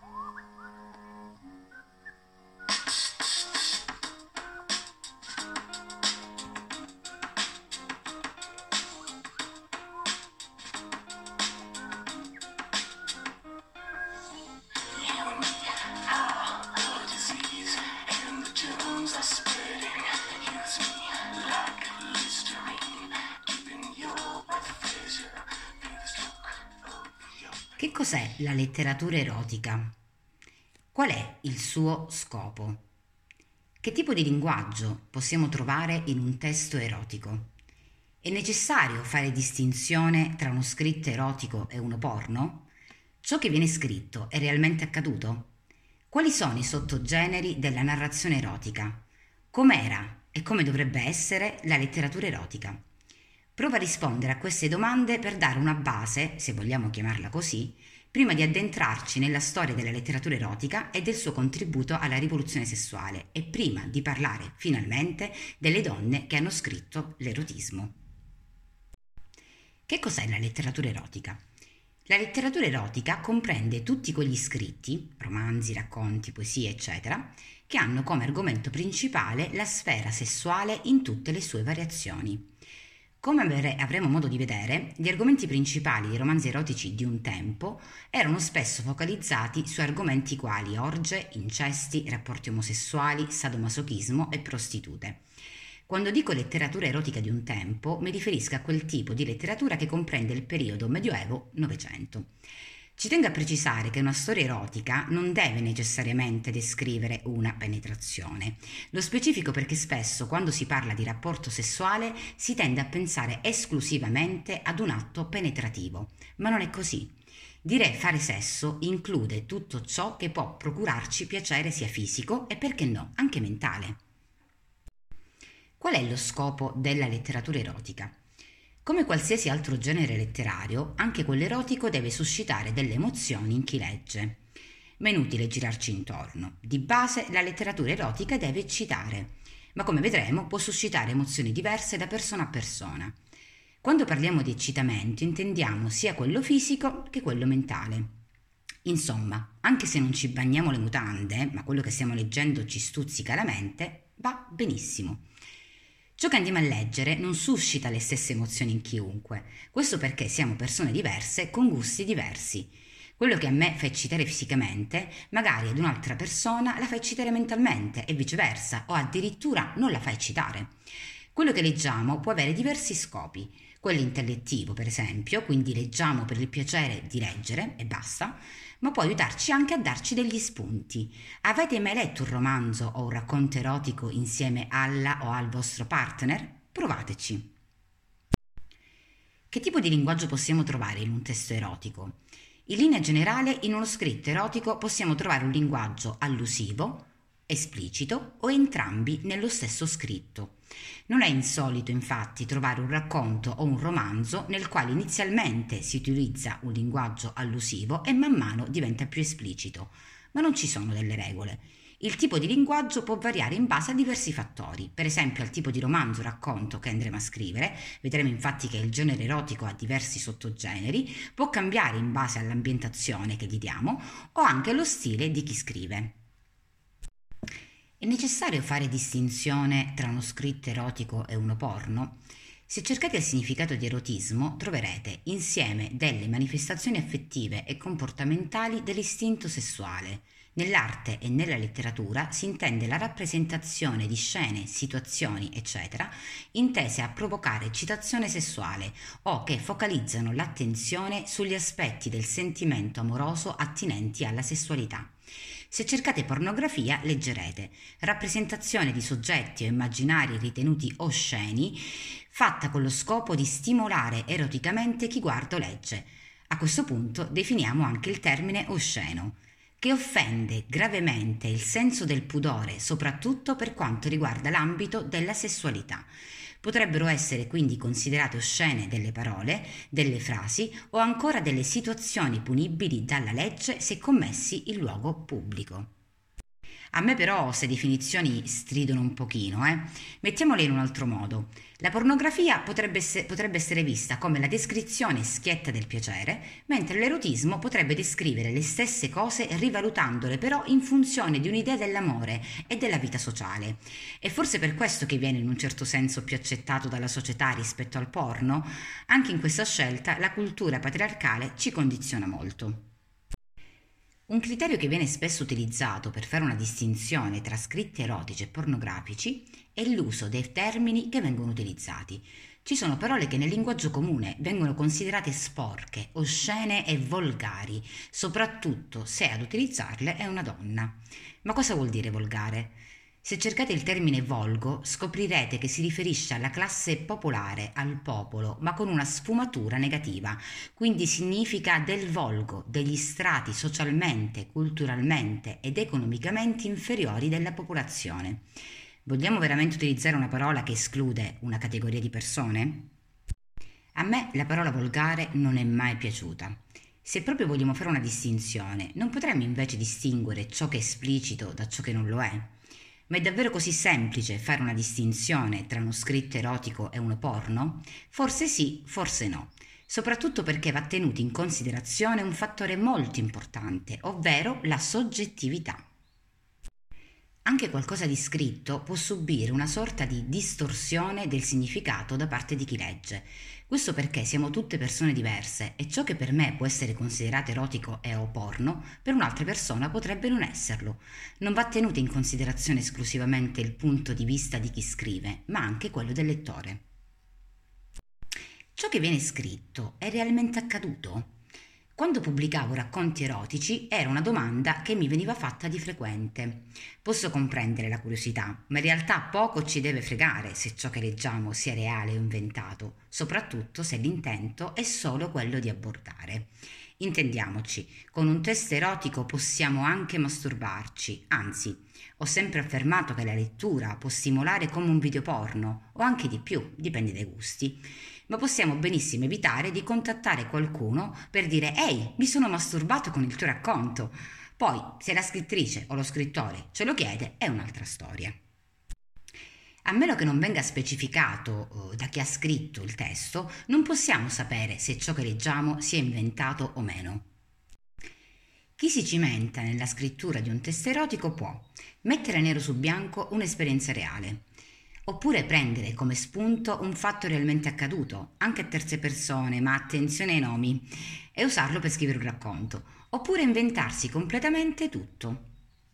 Che cos'è la letteratura erotica? Qual è il suo scopo? Che tipo di linguaggio possiamo trovare in un testo erotico? È necessario fare distinzione tra uno scritto erotico e uno porno? Ciò che viene scritto è realmente accaduto? Quali sono i sottogeneri della narrazione erotica? Com'era e come dovrebbe essere la letteratura erotica? Prova a rispondere a queste domande per dare una base, se vogliamo chiamarla così, prima di addentrarci nella storia della letteratura erotica e del suo contributo alla rivoluzione sessuale e prima di parlare finalmente delle donne che hanno scritto l'erotismo. Che cos'è la letteratura erotica? La letteratura erotica comprende tutti quegli scritti, romanzi, racconti, poesie, eccetera, che hanno come argomento principale la sfera sessuale in tutte le sue variazioni. Come avremo modo di vedere, gli argomenti principali dei romanzi erotici di un tempo erano spesso focalizzati su argomenti quali orge, incesti, rapporti omosessuali, sadomasochismo e prostitute. Quando dico letteratura erotica di un tempo, mi riferisco a quel tipo di letteratura che comprende il periodo Medioevo-Novecento. Ci tengo a precisare che una storia erotica non deve necessariamente descrivere una penetrazione. Lo specifico perché spesso quando si parla di rapporto sessuale si tende a pensare esclusivamente ad un atto penetrativo, ma non è così. Dire fare sesso include tutto ciò che può procurarci piacere sia fisico e perché no, anche mentale. Qual è lo scopo della letteratura erotica? Come qualsiasi altro genere letterario, anche quello erotico deve suscitare delle emozioni in chi legge. Ma è inutile girarci intorno. Di base la letteratura erotica deve eccitare, ma come vedremo può suscitare emozioni diverse da persona a persona. Quando parliamo di eccitamento intendiamo sia quello fisico che quello mentale. Insomma, anche se non ci bagniamo le mutande, ma quello che stiamo leggendo ci stuzzica la mente, va benissimo. Ciò che andiamo a leggere non suscita le stesse emozioni in chiunque, questo perché siamo persone diverse con gusti diversi. Quello che a me fa eccitare fisicamente, magari ad un'altra persona la fa eccitare mentalmente e viceversa, o addirittura non la fa eccitare. Quello che leggiamo può avere diversi scopi. Quello intellettivo, per esempio, quindi leggiamo per il piacere di leggere e basta, ma può aiutarci anche a darci degli spunti. Avete mai letto un romanzo o un racconto erotico insieme alla o al vostro partner? Provateci. Che tipo di linguaggio possiamo trovare in un testo erotico? In linea generale, in uno scritto erotico possiamo trovare un linguaggio allusivo, esplicito o entrambi nello stesso scritto. Non è insolito infatti trovare un racconto o un romanzo nel quale inizialmente si utilizza un linguaggio allusivo e man mano diventa più esplicito, ma non ci sono delle regole. Il tipo di linguaggio può variare in base a diversi fattori, per esempio al tipo di romanzo o racconto che andremo a scrivere, vedremo infatti che il genere erotico ha diversi sottogeneri, può cambiare in base all'ambientazione che gli diamo o anche allo stile di chi scrive. È necessario fare distinzione tra uno scritto erotico e uno porno? Se cercate il significato di erotismo, troverete insieme delle manifestazioni affettive e comportamentali dell'istinto sessuale. Nell'arte e nella letteratura si intende la rappresentazione di scene, situazioni, eccetera, intese a provocare eccitazione sessuale o che focalizzano l'attenzione sugli aspetti del sentimento amoroso attinenti alla sessualità. Se cercate pornografia, leggerete rappresentazione di soggetti o immaginari ritenuti osceni, fatta con lo scopo di stimolare eroticamente chi guarda o legge. A questo punto definiamo anche il termine osceno, che offende gravemente il senso del pudore, soprattutto per quanto riguarda l'ambito della sessualità. Potrebbero essere quindi considerate oscene delle parole, delle frasi o ancora delle situazioni punibili dalla legge se commessi in luogo pubblico. A me però queste definizioni stridono un pochino, eh. Mettiamole in un altro modo. La pornografia potrebbe essere vista come la descrizione schietta del piacere, mentre l'erotismo potrebbe descrivere le stesse cose rivalutandole però in funzione di un'idea dell'amore e della vita sociale. È forse per questo che viene in un certo senso più accettato dalla società rispetto al porno? Anche in questa scelta la cultura patriarcale ci condiziona molto. Un criterio che viene spesso utilizzato per fare una distinzione tra scritti erotici e pornografici è l'uso dei termini che vengono utilizzati. Ci sono parole che nel linguaggio comune vengono considerate sporche, oscene e volgari, soprattutto se ad utilizzarle è una donna. Ma cosa vuol dire volgare? Se cercate il termine volgo, scoprirete che si riferisce alla classe popolare, al popolo, ma con una sfumatura negativa, quindi significa del volgo, degli strati socialmente, culturalmente ed economicamente inferiori della popolazione. Vogliamo veramente utilizzare una parola che esclude una categoria di persone? A me la parola volgare non è mai piaciuta. Se proprio vogliamo fare una distinzione, non potremmo invece distinguere ciò che è esplicito da ciò che non lo è? Ma è davvero così semplice fare una distinzione tra uno scritto erotico e uno porno? Forse sì, forse no. Soprattutto perché va tenuto in considerazione un fattore molto importante, ovvero la soggettività. Anche qualcosa di scritto può subire una sorta di distorsione del significato da parte di chi legge. Questo perché siamo tutte persone diverse e ciò che per me può essere considerato erotico e o porno, per un'altra persona potrebbe non esserlo. Non va tenuto in considerazione esclusivamente il punto di vista di chi scrive, ma anche quello del lettore. Ciò che viene scritto è realmente accaduto? Quando pubblicavo racconti erotici era una domanda che mi veniva fatta di frequente. Posso comprendere la curiosità, ma in realtà poco ci deve fregare se ciò che leggiamo sia reale o inventato, soprattutto se l'intento è solo quello di abbordare. Intendiamoci, con un testo erotico possiamo anche masturbarci, anzi, ho sempre affermato che la lettura può stimolare come un video porno, o anche di più, dipende dai gusti, ma possiamo benissimo evitare di contattare qualcuno per dire «Ehi, mi sono masturbato con il tuo racconto». Poi, se la scrittrice o lo scrittore ce lo chiede, è un'altra storia. A meno che non venga specificato da chi ha scritto il testo, non possiamo sapere se ciò che leggiamo sia inventato o meno. Chi si cimenta nella scrittura di un testo erotico può mettere nero su bianco un'esperienza reale, oppure prendere come spunto un fatto realmente accaduto, anche a terze persone, ma attenzione ai nomi, e usarlo per scrivere un racconto, oppure inventarsi completamente tutto.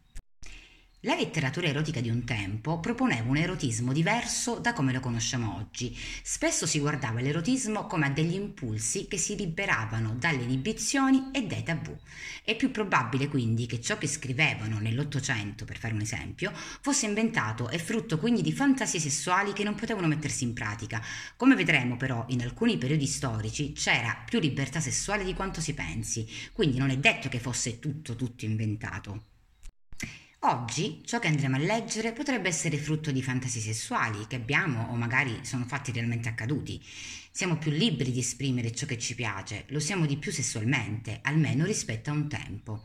La letteratura erotica di un tempo proponeva un erotismo diverso da come lo conosciamo oggi. Spesso si guardava l'erotismo come a degli impulsi che si liberavano dalle inibizioni e dai tabù. È più probabile quindi che ciò che scrivevano nell'Ottocento, per fare un esempio, fosse inventato e frutto quindi di fantasie sessuali che non potevano mettersi in pratica. Come vedremo però in alcuni periodi storici c'era più libertà sessuale di quanto si pensi, quindi non è detto che fosse tutto inventato. Oggi ciò che andremo a leggere potrebbe essere frutto di fantasie sessuali che abbiamo o magari sono fatti realmente accaduti. Siamo più liberi di esprimere ciò che ci piace, lo siamo di più sessualmente, almeno rispetto a un tempo.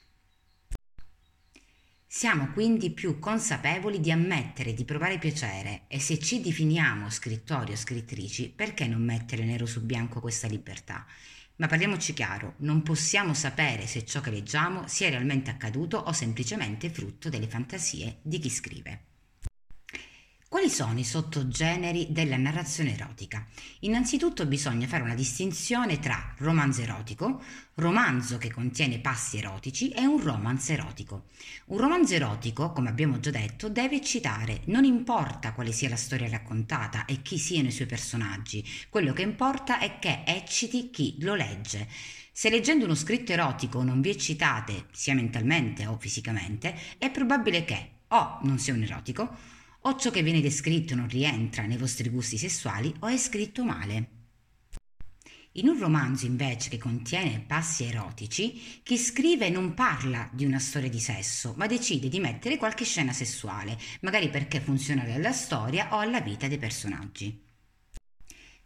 Siamo quindi più consapevoli di ammettere di provare piacere e se ci definiamo scrittori o scrittrici, perché non mettere nero su bianco questa libertà? Ma parliamoci chiaro, non possiamo sapere se ciò che leggiamo sia realmente accaduto o semplicemente frutto delle fantasie di chi scrive. Quali sono i sottogeneri della narrazione erotica? Innanzitutto bisogna fare una distinzione tra romanzo erotico, romanzo che contiene passi erotici e un romance erotico. Un romanzo erotico, come abbiamo già detto, deve eccitare, non importa quale sia la storia raccontata e chi siano i suoi personaggi, quello che importa è che ecciti chi lo legge. Se leggendo uno scritto erotico non vi eccitate, sia mentalmente o fisicamente, è probabile che o non sia un erotico, o ciò che viene descritto non rientra nei vostri gusti sessuali o è scritto male. In un romanzo invece che contiene passi erotici, chi scrive non parla di una storia di sesso, ma decide di mettere qualche scena sessuale, magari perché funziona alla storia o alla vita dei personaggi.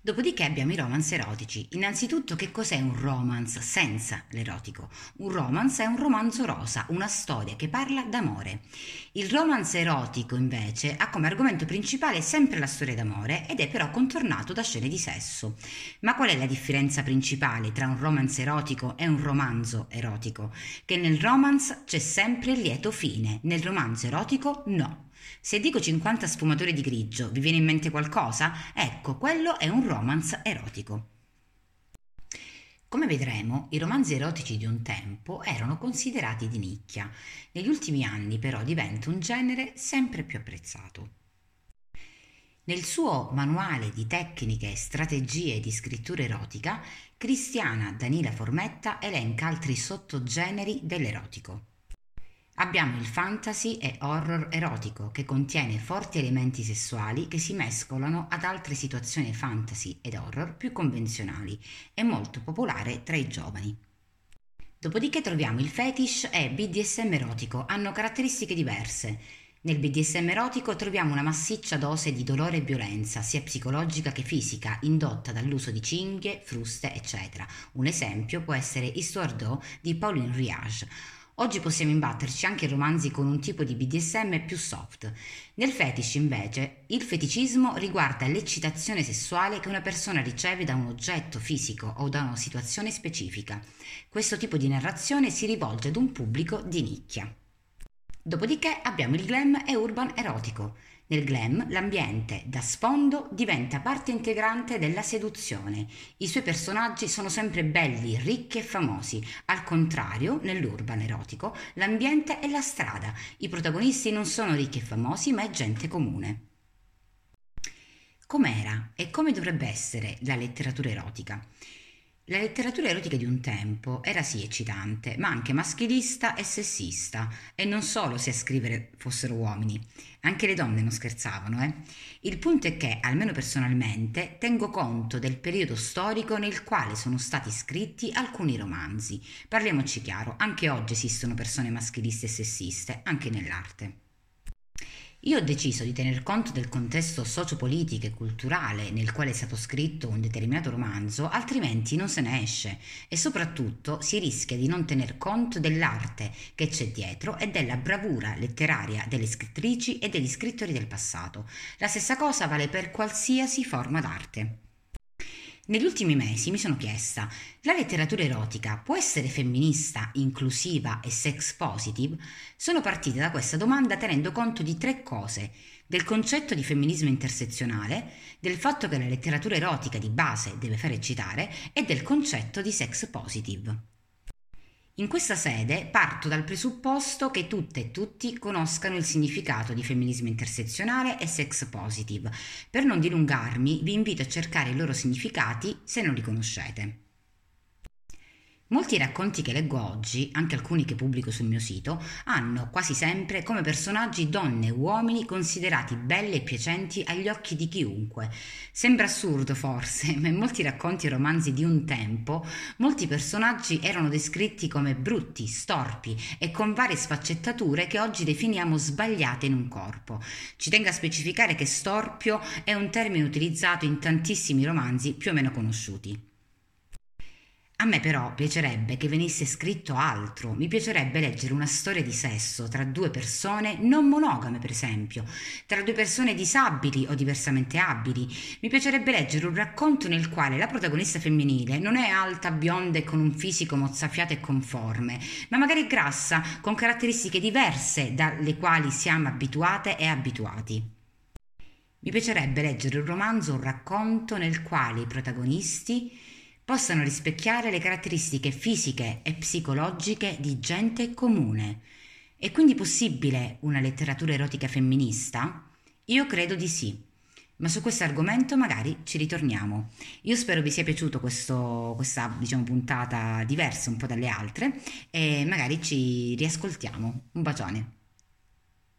Dopodiché abbiamo i romance erotici. Innanzitutto, che cos'è un romance senza l'erotico? Un romance è un romanzo rosa, una storia che parla d'amore. Il romance erotico, invece, ha come argomento principale sempre la storia d'amore ed è però contornato da scene di sesso. Ma qual è la differenza principale tra un romance erotico e un romanzo erotico? Che nel romance c'è sempre il lieto fine, nel romanzo erotico no. Se dico 50 sfumature di grigio, vi viene in mente qualcosa? Ecco, quello è un romance erotico. Come vedremo, i romanzi erotici di un tempo erano considerati di nicchia. Negli ultimi anni però diventa un genere sempre più apprezzato. Nel suo manuale di tecniche e strategie di scrittura erotica, Cristiana Danila Formetta elenca altri sottogeneri dell'erotico. Abbiamo il fantasy e horror erotico, che contiene forti elementi sessuali che si mescolano ad altre situazioni fantasy ed horror più convenzionali. È molto popolare tra i giovani. Dopodiché troviamo il fetish e BDSM erotico, hanno caratteristiche diverse. Nel BDSM erotico troviamo una massiccia dose di dolore e violenza, sia psicologica che fisica, indotta dall'uso di cinghie, fruste, eccetera. Un esempio può essere Histoire di Pauline Riage. Oggi possiamo imbatterci anche in romanzi con un tipo di BDSM più soft. Nel fetish, invece, il feticismo riguarda l'eccitazione sessuale che una persona riceve da un oggetto fisico o da una situazione specifica. Questo tipo di narrazione si rivolge ad un pubblico di nicchia. Dopodiché abbiamo il glam e urban erotico. Nel glam l'ambiente da sfondo diventa parte integrante della seduzione. I suoi personaggi sono sempre belli, ricchi e famosi. Al contrario, nell'urban erotico l'ambiente è la strada. I protagonisti non sono ricchi e famosi, ma è gente comune. Com'era e come dovrebbe essere la letteratura erotica? La letteratura erotica di un tempo era sì eccitante, ma anche maschilista e sessista, e non solo se a scrivere fossero uomini, anche le donne non scherzavano, eh. Il punto è che, almeno personalmente, tengo conto del periodo storico nel quale sono stati scritti alcuni romanzi. Parliamoci chiaro, anche oggi esistono persone maschiliste e sessiste, anche nell'arte. Io ho deciso di tener conto del contesto sociopolitico e culturale nel quale è stato scritto un determinato romanzo, altrimenti non se ne esce e soprattutto si rischia di non tener conto dell'arte che c'è dietro e della bravura letteraria delle scrittrici e degli scrittori del passato. La stessa cosa vale per qualsiasi forma d'arte. Negli ultimi mesi mi sono chiesta, la letteratura erotica può essere femminista, inclusiva e sex positive? Sono partita da questa domanda tenendo conto di tre cose: del concetto di femminismo intersezionale, del fatto che la letteratura erotica di base deve far eccitare e del concetto di sex positive. In questa sede parto dal presupposto che tutte e tutti conoscano il significato di femminismo intersezionale e sex positive. Per non dilungarmi, vi invito a cercare i loro significati se non li conoscete. Molti racconti che leggo oggi, anche alcuni che pubblico sul mio sito, hanno quasi sempre come personaggi donne e uomini considerati belli e piacenti agli occhi di chiunque. Sembra assurdo forse, ma in molti racconti e romanzi di un tempo, molti personaggi erano descritti come brutti, storpi e con varie sfaccettature che oggi definiamo sbagliate in un corpo. Ci tengo a specificare che storpio è un termine utilizzato in tantissimi romanzi più o meno conosciuti. A me però piacerebbe che venisse scritto altro, mi piacerebbe leggere una storia di sesso tra due persone non monogame, per esempio, tra due persone disabili o diversamente abili. Mi piacerebbe leggere un racconto nel quale la protagonista femminile non è alta, bionda e con un fisico mozzafiato e conforme, ma magari grassa, con caratteristiche diverse dalle quali siamo abituate e abituati. Mi piacerebbe leggere un romanzo, un racconto nel quale i protagonisti possano rispecchiare le caratteristiche fisiche e psicologiche di gente comune. È quindi possibile una letteratura erotica femminista? Io credo di sì, ma su questo argomento magari ci ritorniamo. Io spero vi sia piaciuto questa puntata diversa un po' dalle altre e magari ci riascoltiamo. Un bacione.